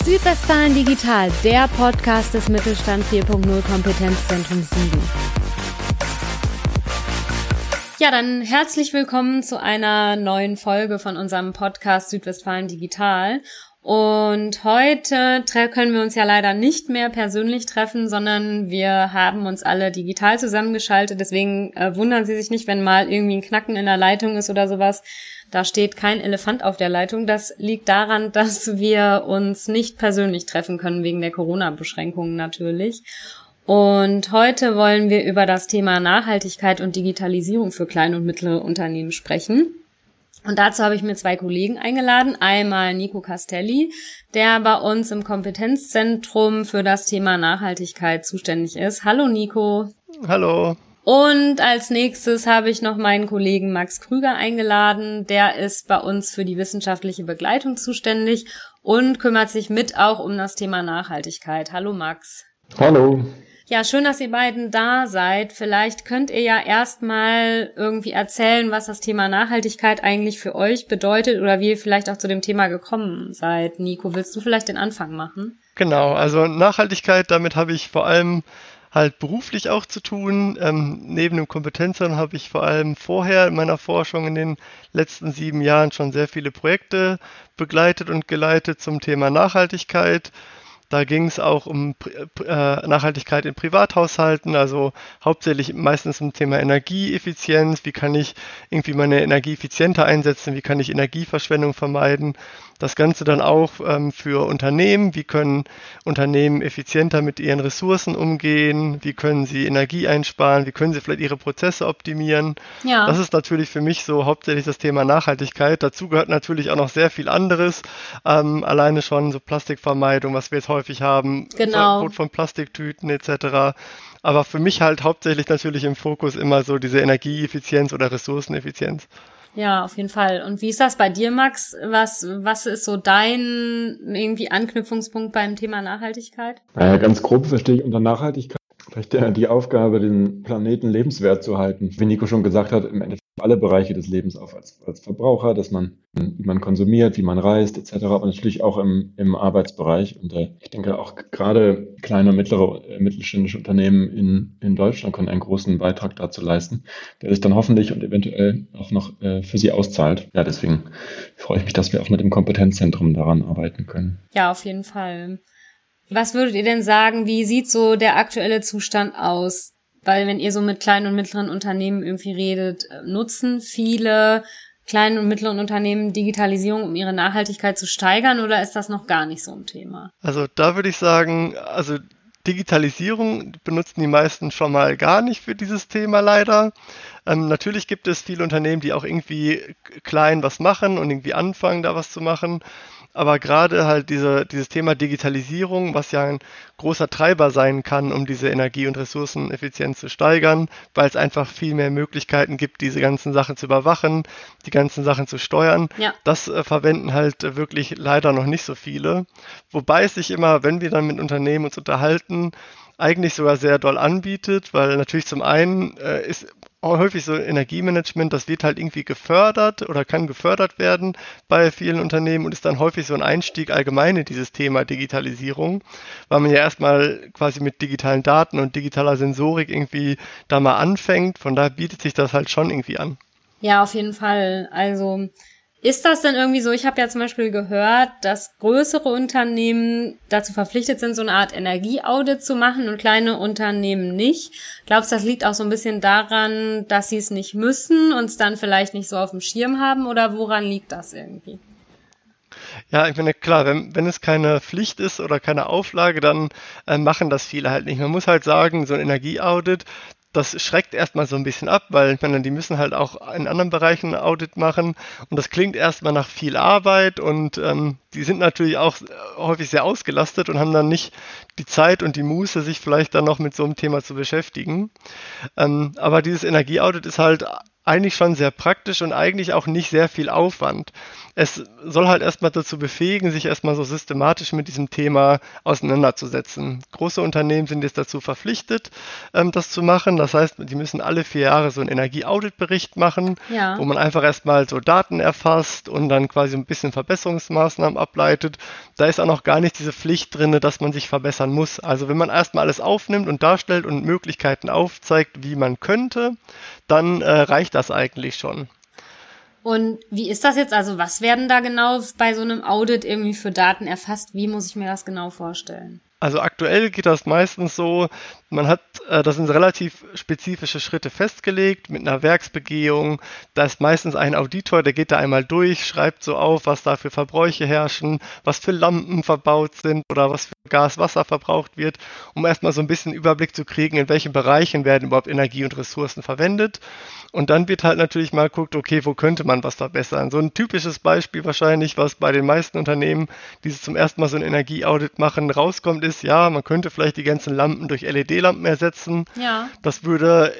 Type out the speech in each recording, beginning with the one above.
Südwestfalen Digital, der Podcast des Mittelstand 4.0 Kompetenzzentrum Siegen. Ja, dann herzlich willkommen zu einer neuen Folge von unserem Podcast Südwestfalen Digital. Und heute können wir uns ja leider nicht mehr persönlich treffen, sondern wir haben uns alle digital zusammengeschaltet. Deswegen wundern Sie sich nicht, wenn mal irgendwie ein Knacken in der Leitung ist oder sowas. Da steht kein Elefant auf der Leitung. Das liegt daran, dass wir uns nicht persönlich treffen können, wegen der Corona-Beschränkungen natürlich. Und heute wollen wir über das Thema Nachhaltigkeit und Digitalisierung für kleine und mittlere Unternehmen sprechen. Und dazu habe ich mir zwei Kollegen eingeladen. Einmal Nico Castelli, der bei uns im Kompetenzzentrum für das Thema Nachhaltigkeit zuständig ist. Hallo Nico. Hallo. Und als nächstes habe ich noch meinen Kollegen Max Krüger eingeladen. Der ist bei uns für die wissenschaftliche Begleitung zuständig und kümmert sich mit auch um das Thema Nachhaltigkeit. Hallo Max. Hallo. Ja, schön, dass ihr beiden da seid. Vielleicht könnt ihr ja erstmal irgendwie erzählen, was das Thema Nachhaltigkeit eigentlich für euch bedeutet oder wie ihr vielleicht auch zu dem Thema gekommen seid. Nico, willst du vielleicht den Anfang machen? Genau, also Nachhaltigkeit, damit habe ich vor allem halt beruflich auch zu tun. Neben dem Kompetenzzentrum habe ich vor allem vorher in meiner Forschung in den letzten 7 Jahren schon sehr viele Projekte begleitet und geleitet zum Thema Nachhaltigkeit. Da ging es auch um Nachhaltigkeit in Privathaushalten, also hauptsächlich meistens um Thema Energieeffizienz. Wie kann ich irgendwie meine Energie effizienter einsetzen? Wie kann ich Energieverschwendung vermeiden? Das Ganze dann auch für Unternehmen. Wie können Unternehmen effizienter mit ihren Ressourcen umgehen? Wie können sie Energie einsparen? Wie können sie vielleicht ihre Prozesse optimieren? Ja. Das ist natürlich für mich so hauptsächlich das Thema Nachhaltigkeit. Dazu gehört natürlich auch noch sehr viel anderes. Alleine schon so Plastikvermeidung, was wir jetzt häufig haben. Genau. Verbot von Plastiktüten etc. Aber für mich halt hauptsächlich natürlich im Fokus immer so diese Energieeffizienz oder Ressourceneffizienz. Ja, auf jeden Fall. Und wie ist das bei dir, Max? Was ist so dein irgendwie Anknüpfungspunkt beim Thema Nachhaltigkeit? Ganz grob verstehe ich unter Nachhaltigkeit vielleicht die Aufgabe, den Planeten lebenswert zu halten. Wie Nico schon gesagt hat, im Endeffekt alle Bereiche des Lebens auf als Verbraucher, wie man konsumiert, wie man reist etc., aber natürlich auch im Arbeitsbereich. Und ich denke auch gerade kleine und mittelständische Unternehmen in Deutschland können einen großen Beitrag dazu leisten, der sich dann hoffentlich und eventuell auch noch für sie auszahlt. Ja, deswegen freue ich mich, dass wir auch mit dem Kompetenzzentrum daran arbeiten können. Ja, auf jeden Fall. Was würdet ihr denn sagen, wie sieht so der aktuelle Zustand aus? Weil wenn ihr so mit kleinen und mittleren Unternehmen irgendwie redet, nutzen viele kleinen und mittleren Unternehmen Digitalisierung, um ihre Nachhaltigkeit zu steigern, oder ist das noch gar nicht so ein Thema? Also da würde ich sagen, Digitalisierung benutzen die meisten schon mal gar nicht für dieses Thema leider. Natürlich gibt es viele Unternehmen, die auch irgendwie klein was machen und irgendwie anfangen, da was zu machen. Aber gerade halt dieses Thema Digitalisierung, was ja ein großer Treiber sein kann, um diese Energie- und Ressourceneffizienz zu steigern, weil es einfach viel mehr Möglichkeiten gibt, diese ganzen Sachen zu überwachen, die ganzen Sachen zu steuern. Ja. Das verwenden halt wirklich leider noch nicht so viele. Wobei es sich immer, wenn wir dann mit Unternehmen uns unterhalten, eigentlich sogar sehr doll anbietet, weil natürlich zum einen ist häufig so Energiemanagement, das wird halt irgendwie gefördert oder kann gefördert werden bei vielen Unternehmen und ist dann häufig so ein Einstieg allgemein in dieses Thema Digitalisierung, weil man ja erstmal quasi mit digitalen Daten und digitaler Sensorik irgendwie da mal anfängt. Von daher bietet sich das halt schon irgendwie an. Ja, auf jeden Fall. Also ist das denn irgendwie so, ich habe ja zum Beispiel gehört, dass größere Unternehmen dazu verpflichtet sind, so eine Art Energieaudit zu machen und kleine Unternehmen nicht. Glaubst du, das liegt auch so ein bisschen daran, dass sie es nicht müssen und es dann vielleicht nicht so auf dem Schirm haben, oder woran liegt das irgendwie? Ja, ich meine, klar, wenn es keine Pflicht ist oder keine Auflage, dann machen das viele halt nicht. Man muss halt sagen, so ein Energieaudit, das schreckt erstmal so ein bisschen ab, weil ich meine, die müssen halt auch in anderen Bereichen ein Audit machen und das klingt erstmal nach viel Arbeit und die sind natürlich auch häufig sehr ausgelastet und haben dann nicht die Zeit und die Muße, sich vielleicht dann noch mit so einem Thema zu beschäftigen. Aber dieses Energieaudit ist halt eigentlich schon sehr praktisch und eigentlich auch nicht sehr viel Aufwand. Es soll halt erstmal dazu befähigen, sich erstmal so systematisch mit diesem Thema auseinanderzusetzen. Große Unternehmen sind jetzt dazu verpflichtet, das zu machen. Das heißt, die müssen alle 4 Jahre so einen Energieauditbericht machen, wo man einfach erstmal so Daten erfasst und dann quasi ein bisschen Verbesserungsmaßnahmen ableitet. Da ist auch noch gar nicht diese Pflicht drin, dass man sich verbessern muss. Also wenn man erstmal alles aufnimmt und darstellt und Möglichkeiten aufzeigt, wie man könnte, dann reicht das eigentlich schon. Und wie ist das jetzt? Also was werden da genau bei so einem Audit irgendwie für Daten erfasst? Wie muss ich mir das genau vorstellen? Also aktuell geht das meistens so, man hat, das sind relativ spezifische Schritte festgelegt mit einer Werksbegehung. Da ist meistens ein Auditor, der geht da einmal durch, schreibt so auf, was da für Verbräuche herrschen, was für Lampen verbaut sind oder was für Gas, Wasser verbraucht wird, um erstmal so ein bisschen Überblick zu kriegen, in welchen Bereichen werden überhaupt Energie und Ressourcen verwendet. Und dann wird halt natürlich mal geguckt, okay, wo könnte man was verbessern? So ein typisches Beispiel wahrscheinlich, was bei den meisten Unternehmen, die zum ersten Mal so ein Energieaudit machen, rauskommt, ist, ja, man könnte vielleicht die ganzen Lampen durch LED-Lampen ersetzen. Ja. Das würde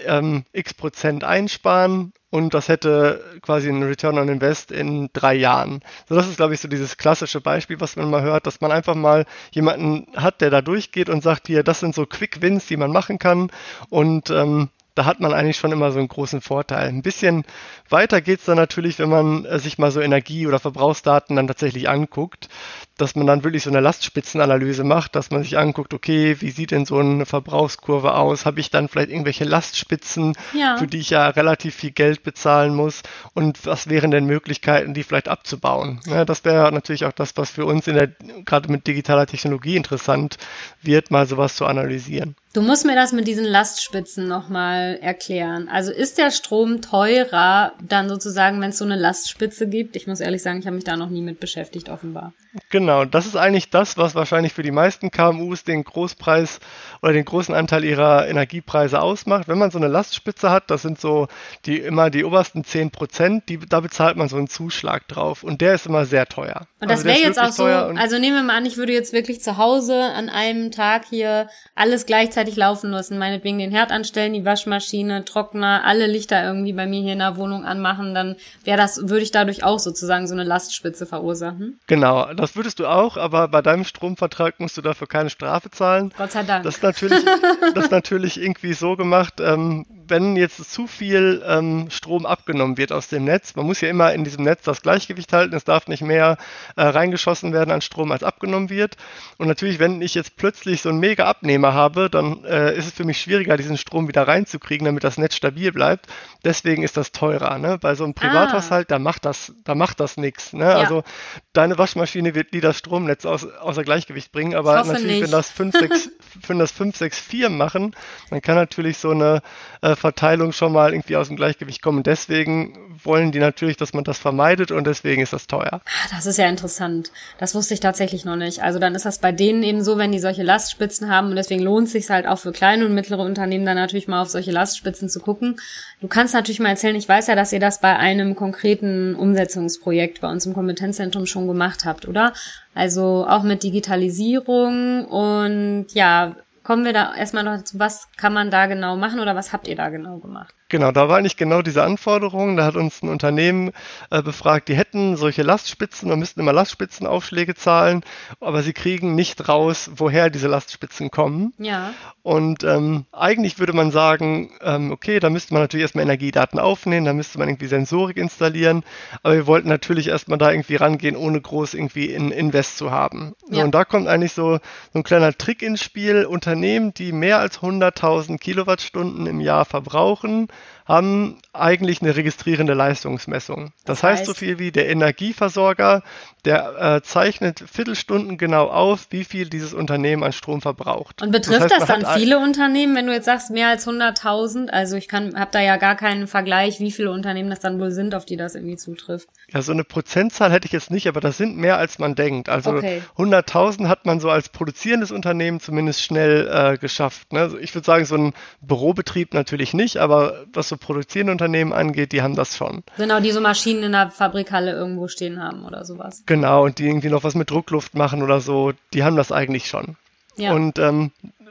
x% einsparen und das hätte quasi einen Return on Invest in 3 Jahren. So, das ist, glaube ich, so dieses klassische Beispiel, was man mal hört, dass man einfach mal jemanden hat, der da durchgeht und sagt, hier, das sind so Quick Wins, die man machen kann und da hat man eigentlich schon immer so einen großen Vorteil. Ein bisschen weiter geht's dann natürlich, wenn man sich mal so Energie- oder Verbrauchsdaten dann tatsächlich anguckt, dass man dann wirklich so eine Lastspitzenanalyse macht, dass man sich anguckt, okay, wie sieht denn so eine Verbrauchskurve aus? Habe ich dann vielleicht irgendwelche Lastspitzen, für die ich ja relativ viel Geld bezahlen muss? Und was wären denn Möglichkeiten, die vielleicht abzubauen? Ja, das wäre natürlich auch das, was für uns gerade mit digitaler Technologie interessant wird, mal sowas zu analysieren. Du musst mir das mit diesen Lastspitzen nochmal erklären. Also ist der Strom teurer dann sozusagen, wenn es so eine Lastspitze gibt? Ich muss ehrlich sagen, ich habe mich da noch nie mit beschäftigt, offenbar. Genau, das ist eigentlich das, was wahrscheinlich für die meisten KMUs den Großpreis oder den großen Anteil ihrer Energiepreise ausmacht. Wenn man so eine Lastspitze hat, das sind so immer die obersten 10%, da bezahlt man so einen Zuschlag drauf und der ist immer sehr teuer. Und das wäre jetzt auch so, also nehmen wir mal an, ich würde jetzt wirklich zu Hause an einem Tag hier alles gleichzeitig laufen lassen, meinetwegen den Herd anstellen, die Waschmaschine, Trockner, alle Lichter irgendwie bei mir hier in der Wohnung anmachen, dann würde ich dadurch auch sozusagen so eine Lastspitze verursachen. Genau, das würdest du auch, aber bei deinem Stromvertrag musst du dafür keine Strafe zahlen. Gott sei Dank. Das ist natürlich irgendwie so gemacht, wenn jetzt zu viel Strom abgenommen wird aus dem Netz, man muss ja immer in diesem Netz das Gleichgewicht halten, es darf nicht mehr reingeschossen werden an Strom, als abgenommen wird. Und natürlich, wenn ich jetzt plötzlich so einen mega Abnehmer habe, dann ist es für mich schwieriger, diesen Strom wieder reinzukriegen, damit das Netz stabil bleibt. Deswegen ist das teurer. Ne? Bei so einem Privathaushalt, da macht das nichts. Ne? Ja. Also deine Waschmaschine wird nie das Stromnetz außer Gleichgewicht bringen, aber natürlich, nicht. wenn das 5, 6 Firmen machen, dann kann natürlich so eine Verteilung schon mal irgendwie aus dem Gleichgewicht kommen. Deswegen wollen die natürlich, dass man das vermeidet und deswegen ist das teuer. Das ist ja interessant. Das wusste ich tatsächlich noch nicht. Also dann ist das bei denen eben so, wenn die solche Lastspitzen haben und deswegen lohnt es sich halt auch für kleine und mittlere Unternehmen dann natürlich mal auf solche Lastspitzen zu gucken. Du kannst natürlich mal erzählen, ich weiß ja, dass ihr das bei einem konkreten Umsetzungsprojekt bei uns im Kompetenzzentrum schon gemacht habt, oder? Also auch mit Digitalisierung und ja, kommen wir da erstmal noch dazu, was kann man da genau machen oder was habt ihr da genau gemacht? Genau, da war eigentlich genau diese Anforderung. Da hat uns ein Unternehmen befragt, die hätten solche Lastspitzen und müssten immer Lastspitzenaufschläge zahlen, aber sie kriegen nicht raus, woher diese Lastspitzen kommen. Ja. Und eigentlich würde man sagen, okay, da müsste man natürlich erstmal Energiedaten aufnehmen, da müsste man irgendwie Sensorik installieren, aber wir wollten natürlich erstmal da irgendwie rangehen, ohne groß irgendwie Invest zu haben. Ja. So, und da kommt eigentlich so ein kleiner Trick ins Spiel. Unternehmen, die mehr als 100.000 Kilowattstunden im Jahr verbrauchen, haben eigentlich eine registrierende Leistungsmessung. Das heißt so viel wie der Energieversorger, der zeichnet Viertelstunden genau auf, wie viel dieses Unternehmen an Strom verbraucht. Und betrifft das dann viele Unternehmen, wenn du jetzt sagst mehr als 100.000? Also ich habe da ja gar keinen Vergleich, wie viele Unternehmen das dann wohl sind, auf die das irgendwie zutrifft. Ja, so eine Prozentzahl hätte ich jetzt nicht, aber das sind mehr als man denkt. Also 100.000 hat man so als produzierendes Unternehmen zumindest schnell geschafft. Ne? Also ich würde sagen, so ein Bürobetrieb natürlich nicht, aber was so produzierende Unternehmen angeht, die haben das schon. Genau, die so Maschinen in der Fabrikhalle irgendwo stehen haben oder sowas. Genau, und die irgendwie noch was mit Druckluft machen oder so, die haben das eigentlich schon. Ja. Und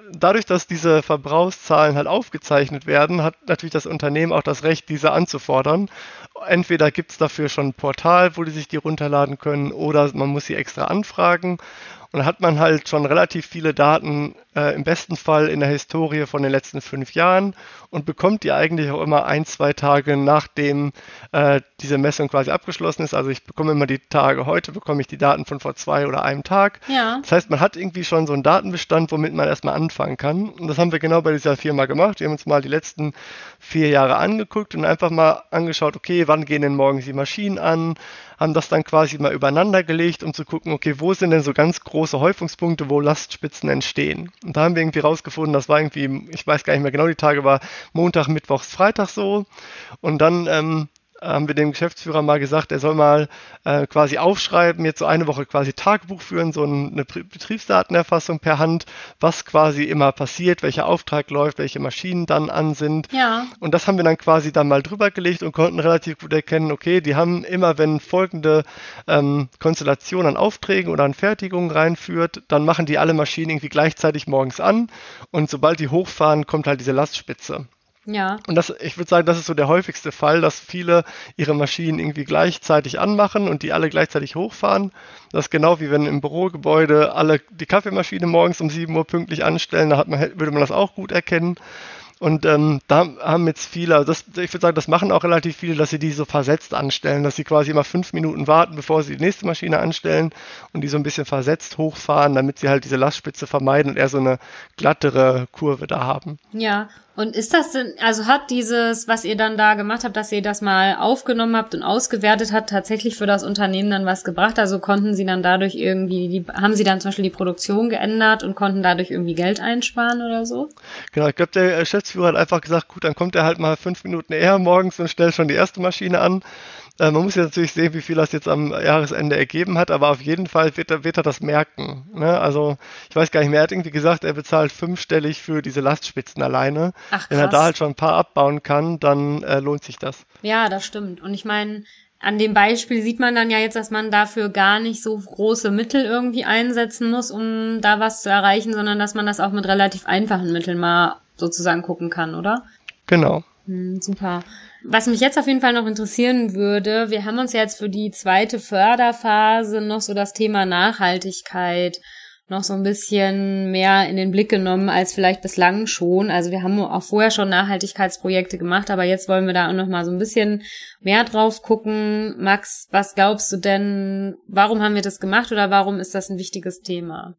dadurch, dass diese Verbrauchszahlen halt aufgezeichnet werden, hat natürlich das Unternehmen auch das Recht, diese anzufordern. Entweder gibt es dafür schon ein Portal, wo die sich die runterladen können, oder man muss sie extra anfragen. Und dann hat man halt schon relativ viele Daten, im besten Fall in der Historie von den letzten 5 Jahren, und bekommt die eigentlich auch immer 1, 2 Tage nachdem diese Messung quasi abgeschlossen ist. Also ich bekomme immer die Tage, heute bekomme ich die Daten von vor 2 oder einem Tag. Ja. Das heißt, man hat irgendwie schon so einen Datenbestand, womit man erstmal anfangen kann. Und das haben wir genau bei dieser Firma gemacht. Wir haben uns mal die letzten 4 Jahre angeguckt und einfach mal angeschaut, okay, wann gehen denn morgens die Maschinen an, haben das dann quasi mal übereinander gelegt, um zu gucken, okay, wo sind denn so ganz große Häufungspunkte, wo Lastspitzen entstehen. Und da haben wir irgendwie rausgefunden, das war irgendwie, ich weiß gar nicht mehr genau, die Tage war Montag, Mittwochs, Freitag so. Und dann haben wir dem Geschäftsführer mal gesagt, er soll mal quasi aufschreiben, jetzt so eine Woche quasi Tagebuch führen, so eine Betriebsdatenerfassung per Hand, was quasi immer passiert, welcher Auftrag läuft, welche Maschinen dann an sind. Ja. Und das haben wir dann quasi dann mal drüber gelegt und konnten relativ gut erkennen, okay, die haben immer, wenn folgende Konstellation an Aufträgen oder an Fertigungen reinführt, dann machen die alle Maschinen irgendwie gleichzeitig morgens an, und sobald die hochfahren, kommt halt diese Lastspitze. Ja. Und ich würde sagen, das ist so der häufigste Fall, dass viele ihre Maschinen irgendwie gleichzeitig anmachen und die alle gleichzeitig hochfahren. Das ist genau wie wenn im Bürogebäude alle die Kaffeemaschine morgens um 7 Uhr pünktlich anstellen, würde man das auch gut erkennen. Und da haben jetzt viele, also ich würde sagen, das machen auch relativ viele, dass sie die so versetzt anstellen, dass sie quasi immer 5 Minuten warten, bevor sie die nächste Maschine anstellen und die so ein bisschen versetzt hochfahren, damit sie halt diese Lastspitze vermeiden und eher so eine glattere Kurve da haben. Ja, und ist das denn, also hat dieses, was ihr dann da gemacht habt, dass ihr das mal aufgenommen habt und ausgewertet habt, tatsächlich für das Unternehmen dann was gebracht? Also konnten sie dann dadurch irgendwie, haben sie dann zum Beispiel die Produktion geändert und konnten dadurch irgendwie Geld einsparen oder so? Genau, ich glaube, der Geschäftsführer hat einfach gesagt, gut, dann kommt er halt mal 5 Minuten eher morgens und stellt schon die erste Maschine an. Man muss jetzt natürlich sehen, wie viel das jetzt am Jahresende ergeben hat, aber auf jeden Fall wird er das merken. Ne? Also ich weiß gar nicht mehr, er hat irgendwie gesagt, er bezahlt 5-stellig für diese Lastspitzen alleine. Ach, Wenn er krass. da halt schon ein paar abbauen kann, dann lohnt sich das. Ja, das stimmt. Und ich meine, an dem Beispiel sieht man dann ja jetzt, dass man dafür gar nicht so große Mittel irgendwie einsetzen muss, um da was zu erreichen, sondern dass man das auch mit relativ einfachen Mitteln mal sozusagen gucken kann, oder? Genau. Super. Was mich jetzt auf jeden Fall noch interessieren würde, wir haben uns ja jetzt für die zweite Förderphase noch so das Thema Nachhaltigkeit noch so ein bisschen mehr in den Blick genommen als vielleicht bislang schon. Also wir haben auch vorher schon Nachhaltigkeitsprojekte gemacht, aber jetzt wollen wir da auch noch mal so ein bisschen mehr drauf gucken. Max, was glaubst du denn, warum haben wir das gemacht oder warum ist das ein wichtiges Thema?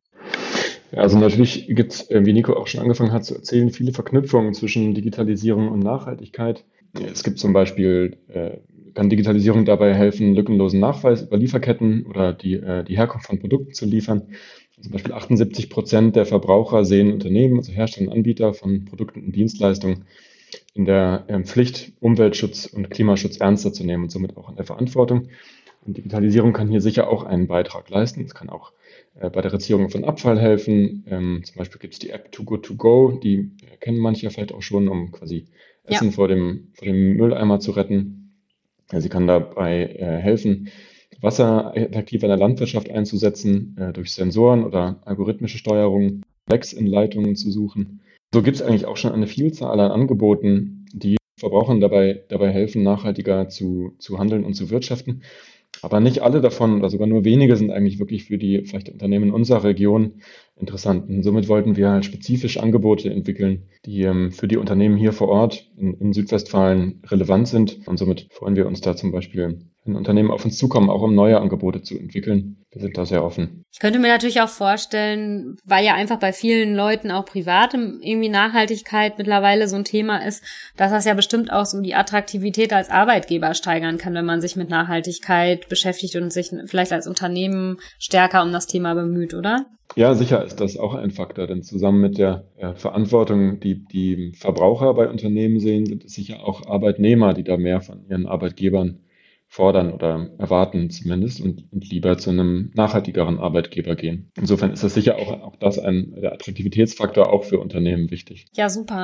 Ja, also natürlich gibt es, wie Nico auch schon angefangen hat zu erzählen, viele Verknüpfungen zwischen Digitalisierung und Nachhaltigkeit. Es gibt zum Beispiel, kann Digitalisierung dabei helfen, lückenlosen Nachweis über Lieferketten oder die Herkunft von Produkten zu liefern. Zum Beispiel 78% der Verbraucher sehen Unternehmen, also Hersteller und Anbieter von Produkten und Dienstleistungen, in der Pflicht, Umweltschutz und Klimaschutz ernster zu nehmen und somit auch in der Verantwortung. Und Digitalisierung kann hier sicher auch einen Beitrag leisten. Es kann auch bei der Reduzierung von Abfall helfen. Zum Beispiel gibt es die App Too Good To Go, die kennen manche ja vielleicht auch schon, um quasi Essen vor dem Mülleimer zu retten. Sie kann dabei helfen, Wasser effektiv in der Landwirtschaft einzusetzen, durch Sensoren oder algorithmische Steuerung, Lecks in Leitungen zu suchen. So gibt es eigentlich auch schon eine Vielzahl an Angeboten, die Verbrauchern dabei helfen, nachhaltiger zu handeln und zu wirtschaften. Aber nicht alle davon, oder sogar nur wenige, sind eigentlich wirklich für die vielleicht Unternehmen in unserer Region interessant. Und somit wollten wir halt spezifisch Angebote entwickeln, die für die Unternehmen hier vor Ort in Südwestfalen relevant sind. Und somit freuen wir uns da zum Beispiel, wenn Unternehmen auf uns zukommen, auch um neue Angebote zu entwickeln. Wir sind da sehr offen. Ich könnte mir natürlich auch vorstellen, weil ja einfach bei vielen Leuten auch privat irgendwie Nachhaltigkeit mittlerweile so ein Thema ist, dass das ja bestimmt auch so die Attraktivität als Arbeitgeber steigern kann, wenn man sich mit Nachhaltigkeit beschäftigt und sich vielleicht als Unternehmen stärker um das Thema bemüht, oder? Ja, sicher ist das auch ein Faktor, denn zusammen mit der Verantwortung, die Verbraucher bei Unternehmen sehen, sind es sicher auch Arbeitnehmer, die da mehr von ihren Arbeitgebern fordern oder erwarten zumindest und lieber zu einem nachhaltigeren Arbeitgeber gehen. Insofern ist das sicher auch das der Attraktivitätsfaktor auch für Unternehmen wichtig. Ja, super.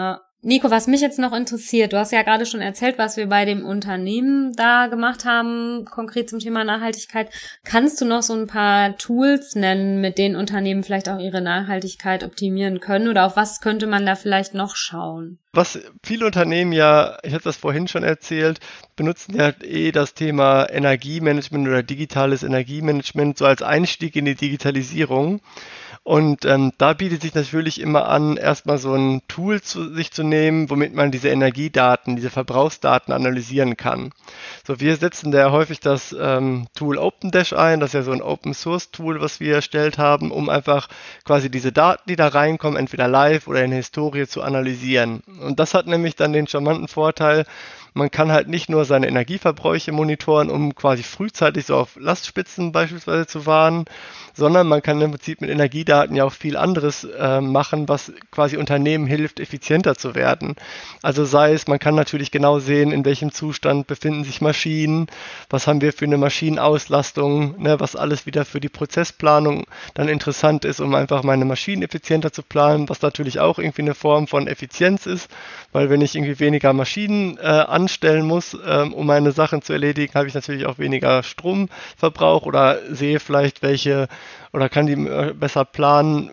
Nico, was mich jetzt noch interessiert, du hast ja gerade schon erzählt, was wir bei dem Unternehmen da gemacht haben, konkret zum Thema Nachhaltigkeit. Kannst du noch so ein paar Tools nennen, mit denen Unternehmen vielleicht auch ihre Nachhaltigkeit optimieren können? Oder auf was könnte man da vielleicht noch schauen? Was viele Unternehmen ja, ich hatte das vorhin schon erzählt, benutzen ja das Thema Energiemanagement oder digitales Energiemanagement so als Einstieg in die Digitalisierung. Und da bietet sich natürlich immer an, erstmal so ein Tool sich zu nehmen, womit man diese Energiedaten, diese Verbrauchsdaten analysieren kann. So, wir setzen da häufig das Tool OpenDash ein, das ist ja so ein Open-Source-Tool, was wir erstellt haben, um einfach quasi diese Daten, die da reinkommen, entweder live oder in der Historie zu analysieren. Und das hat nämlich dann den charmanten Vorteil, man kann halt nicht nur seine Energieverbräuche monitoren, um quasi frühzeitig so auf Lastspitzen beispielsweise zu warnen, sondern man kann im Prinzip mit Energiedaten ja auch viel anderes machen, was quasi Unternehmen hilft, effizienter zu werden. Also sei es, man kann natürlich genau sehen, in welchem Zustand befinden sich Maschinen, was haben wir für eine Maschinenauslastung, ne, was alles wieder für die Prozessplanung dann interessant ist, um einfach meine Maschinen effizienter zu planen, was natürlich auch irgendwie eine Form von Effizienz ist, weil wenn ich irgendwie weniger Maschinen anstellen muss, um meine Sachen zu erledigen, habe ich natürlich auch weniger Stromverbrauch oder sehe vielleicht welche oder kann die besser planen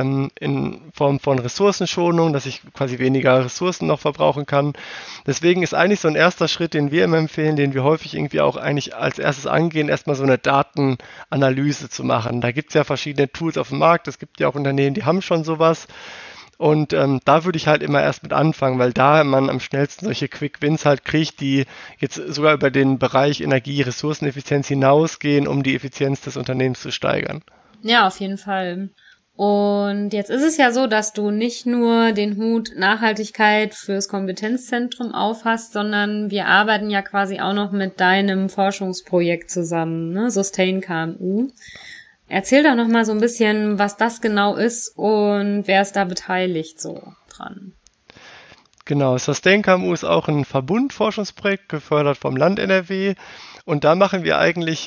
in Form von Ressourcenschonung, dass ich quasi weniger Ressourcen noch verbrauchen kann. Deswegen ist eigentlich so ein erster Schritt, den wir immer empfehlen, den wir häufig irgendwie auch eigentlich als erstes angehen, erstmal so eine Datenanalyse zu machen. Da gibt es ja verschiedene Tools auf dem Markt, es gibt ja auch Unternehmen, die haben schon sowas. Und da würde ich halt immer erst mit anfangen, weil da man am schnellsten solche Quick Wins halt kriegt, die jetzt sogar über den Bereich Energie, Ressourceneffizienz hinausgehen, um die Effizienz des Unternehmens zu steigern. Ja, auf jeden Fall. Und jetzt ist es ja so, dass du nicht nur den Hut Nachhaltigkeit fürs Kompetenzzentrum aufhast, sondern wir arbeiten ja quasi auch noch mit deinem Forschungsprojekt zusammen, ne? Sustain KMU. Erzähl doch noch mal so ein bisschen, was das genau ist und wer ist da beteiligt so dran. Genau, Sustain KMU ist auch ein Verbundforschungsprojekt, gefördert vom Land NRW. Und da machen wir eigentlich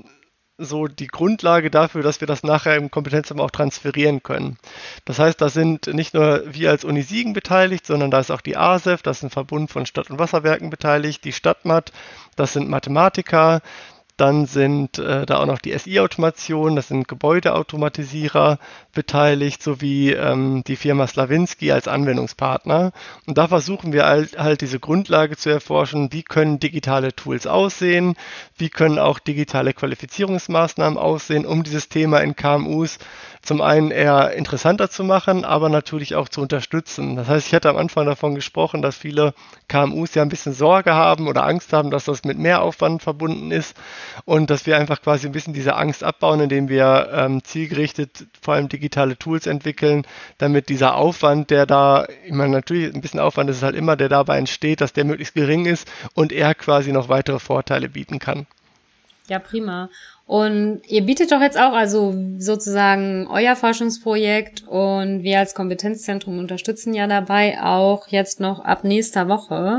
so die Grundlage dafür, dass wir das nachher im Kompetenzzentrum auch transferieren können. Das heißt, da sind nicht nur wir als Uni Siegen beteiligt, sondern da ist auch die ASEF, das ist ein Verbund von Stadt- und Wasserwerken beteiligt, die Stadtmat, das sind Mathematiker. Dann sind da auch noch die SI-Automation, das sind Gebäudeautomatisierer beteiligt, sowie die Firma Slawinski als Anwendungspartner. Und da versuchen wir halt diese Grundlage zu erforschen, wie können digitale Tools aussehen, wie können auch digitale Qualifizierungsmaßnahmen aussehen, um dieses Thema in KMUs zum einen eher interessanter zu machen, aber natürlich auch zu unterstützen. Das heißt, ich hatte am Anfang davon gesprochen, dass viele KMUs ja ein bisschen Sorge haben oder Angst haben, dass das mit Mehraufwand verbunden ist und dass wir einfach quasi ein bisschen diese Angst abbauen, indem wir zielgerichtet vor allem digitale Tools entwickeln, damit dieser Aufwand, der da, ich meine, natürlich ein bisschen Aufwand ist es halt immer, der dabei entsteht, dass der möglichst gering ist und er quasi noch weitere Vorteile bieten kann. Ja, prima. Und ihr bietet doch jetzt auch also sozusagen euer Forschungsprojekt und wir als Kompetenzzentrum unterstützen ja dabei auch jetzt noch ab nächster Woche,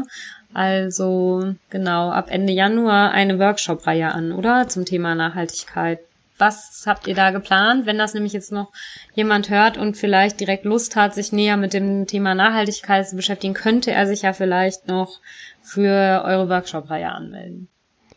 also genau ab Ende Januar eine Workshop-Reihe an, oder? Zum Thema Nachhaltigkeit. Was habt ihr da geplant, wenn das nämlich jetzt noch jemand hört und vielleicht direkt Lust hat, sich näher mit dem Thema Nachhaltigkeit zu beschäftigen, könnte er sich ja vielleicht noch für eure Workshop-Reihe anmelden.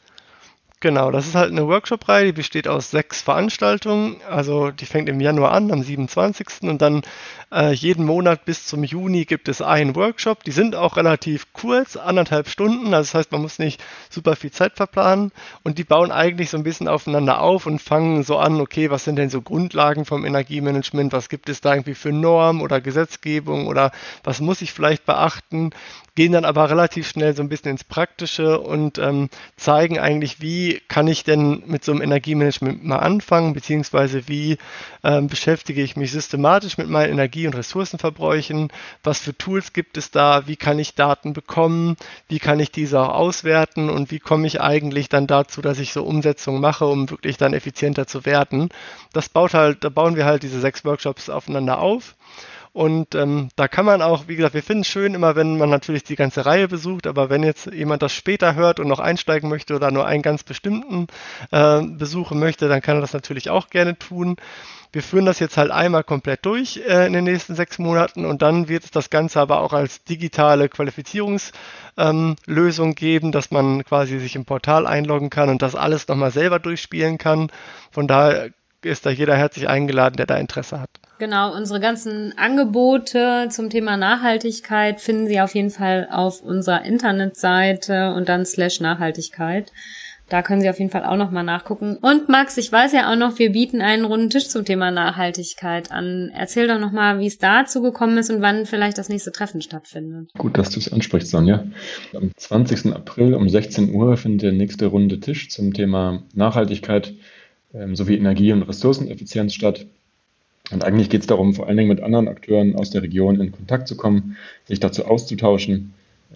Genau, das ist halt eine Workshop-Reihe, die besteht aus 6 Veranstaltungen. Also die fängt im Januar an, am 27. Und dann jeden Monat bis zum Juni gibt es einen Workshop. Die sind auch relativ kurz, 1,5 Stunden. Also das heißt, man muss nicht super viel Zeit verplanen. Und die bauen eigentlich so ein bisschen aufeinander auf und fangen so an, okay, was sind denn so Grundlagen vom Energiemanagement? Was gibt es da irgendwie für Normen oder Gesetzgebung oder was muss ich vielleicht beachten? Gehen dann aber relativ schnell so ein bisschen ins Praktische und zeigen eigentlich, wie kann ich denn mit so einem Energiemanagement mal anfangen, beziehungsweise wie beschäftige ich mich systematisch mit meinen Energie- und Ressourcenverbräuchen, was für Tools gibt es da, wie kann ich Daten bekommen, wie kann ich diese auch auswerten und wie komme ich eigentlich dann dazu, dass ich so Umsetzungen mache, um wirklich dann effizienter zu werden. Da bauen wir halt diese 6 Workshops aufeinander auf. Und da kann man auch, wie gesagt, wir finden es schön immer, wenn man natürlich die ganze Reihe besucht, aber wenn jetzt jemand das später hört und noch einsteigen möchte oder nur einen ganz bestimmten besuchen möchte, dann kann er das natürlich auch gerne tun. Wir führen das jetzt halt einmal komplett durch in den nächsten 6 Monaten und dann wird es das Ganze aber auch als digitale Qualifizierungslösung geben, dass man quasi sich im Portal einloggen kann und das alles nochmal selber durchspielen kann. Von daher ist da jeder herzlich eingeladen, der da Interesse hat. Genau, unsere ganzen Angebote zum Thema Nachhaltigkeit finden Sie auf jeden Fall auf unserer Internetseite und dann /Nachhaltigkeit. Da können Sie auf jeden Fall auch nochmal nachgucken. Und Max, ich weiß ja auch noch, wir bieten einen runden Tisch zum Thema Nachhaltigkeit an. Erzähl doch nochmal, wie es dazu gekommen ist und wann vielleicht das nächste Treffen stattfindet. Gut, dass du es ansprichst, Sonja. Am 20. April um 16 Uhr findet der nächste runde Tisch zum Thema Nachhaltigkeit sowie Energie- und Ressourceneffizienz statt. Und eigentlich geht es darum, vor allen Dingen mit anderen Akteuren aus der Region in Kontakt zu kommen, sich dazu auszutauschen,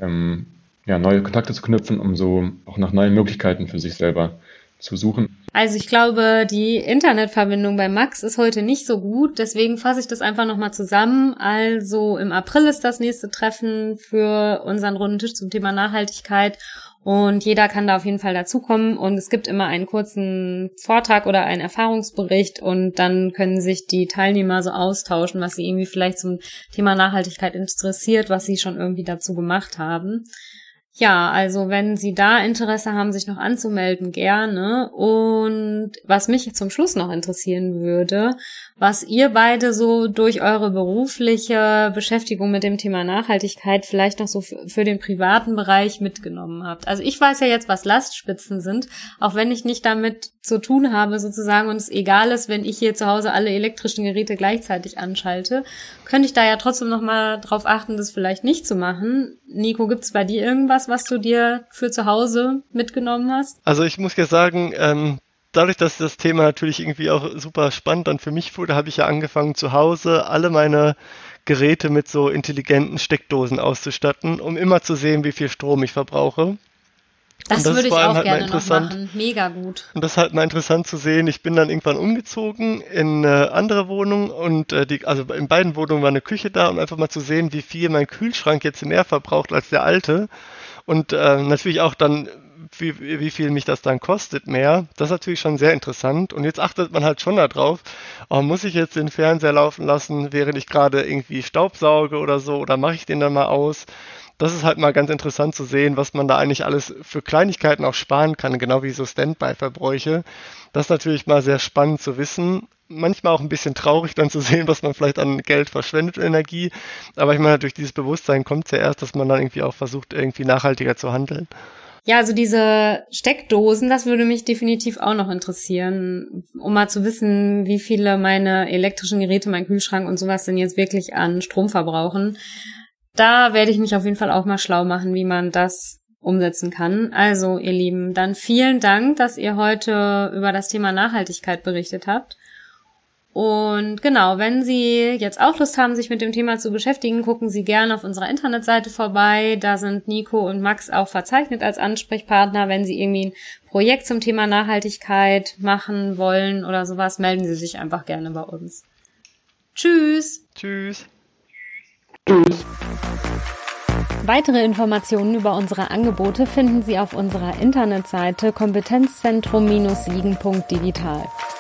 neue Kontakte zu knüpfen, um so auch nach neuen Möglichkeiten für sich selber zu suchen. Also ich glaube, die Internetverbindung bei Max ist heute nicht so gut, deswegen fasse ich das einfach nochmal zusammen. Also im April ist das nächste Treffen für unseren runden Tisch zum Thema Nachhaltigkeit und jeder kann da auf jeden Fall dazukommen und es gibt immer einen kurzen Vortrag oder einen Erfahrungsbericht und dann können sich die Teilnehmer so austauschen, was sie irgendwie vielleicht zum Thema Nachhaltigkeit interessiert, was sie schon irgendwie dazu gemacht haben. Ja, also wenn Sie da Interesse haben, sich noch anzumelden, gerne. Und was mich zum Schluss noch interessieren würde, was ihr beide so durch eure berufliche Beschäftigung mit dem Thema Nachhaltigkeit vielleicht noch so für den privaten Bereich mitgenommen habt. Also ich weiß ja jetzt, was Lastspitzen sind, auch wenn ich nicht damit zu tun habe sozusagen und es egal ist, wenn ich hier zu Hause alle elektrischen Geräte gleichzeitig anschalte, könnte ich da ja trotzdem noch mal drauf achten, das vielleicht nicht zu machen. Nico, gibt's bei dir irgendwas, was du dir für zu Hause mitgenommen hast? Also ich muss ja sagen, dadurch, dass das Thema natürlich irgendwie auch super spannend dann für mich wurde, habe ich ja angefangen zu Hause alle meine Geräte mit so intelligenten Steckdosen auszustatten, um immer zu sehen, wie viel Strom ich verbrauche. Das würde ich auch gerne noch machen. Mega gut. Und das ist halt mal interessant zu sehen. Ich bin dann irgendwann umgezogen in eine andere Wohnung und also in beiden Wohnungen war eine Küche da, um einfach mal zu sehen, wie viel mein Kühlschrank jetzt mehr verbraucht als der alte. Und natürlich auch dann, wie viel mich das dann kostet mehr. Das ist natürlich schon sehr interessant. Und jetzt achtet man halt schon darauf, muss ich jetzt den Fernseher laufen lassen, während ich gerade irgendwie Staubsauge oder so, oder mache ich den dann mal aus? Das ist halt mal ganz interessant zu sehen, was man da eigentlich alles für Kleinigkeiten auch sparen kann, genau wie so Standby-Verbräuche. Das ist natürlich mal sehr spannend zu wissen. Manchmal auch ein bisschen traurig dann zu sehen, was man vielleicht an Geld verschwendet und Energie. Aber ich meine, durch dieses Bewusstsein kommt es ja erst, dass man dann irgendwie auch versucht, irgendwie nachhaltiger zu handeln. Ja, also diese Steckdosen, das würde mich definitiv auch noch interessieren, um mal zu wissen, wie viele meine elektrischen Geräte, mein Kühlschrank und sowas denn jetzt wirklich an Strom verbrauchen. Da werde ich mich auf jeden Fall auch mal schlau machen, wie man das umsetzen kann. Also, ihr Lieben, dann vielen Dank, dass ihr heute über das Thema Nachhaltigkeit berichtet habt. Und genau, wenn Sie jetzt auch Lust haben, sich mit dem Thema zu beschäftigen, gucken Sie gerne auf unserer Internetseite vorbei. Da sind Nico und Max auch verzeichnet als Ansprechpartner. Wenn Sie irgendwie ein Projekt zum Thema Nachhaltigkeit machen wollen oder sowas, melden Sie sich einfach gerne bei uns. Tschüss! Tschüss! Tschüss! Weitere Informationen über unsere Angebote finden Sie auf unserer Internetseite kompetenzzentrum-siegen.digital.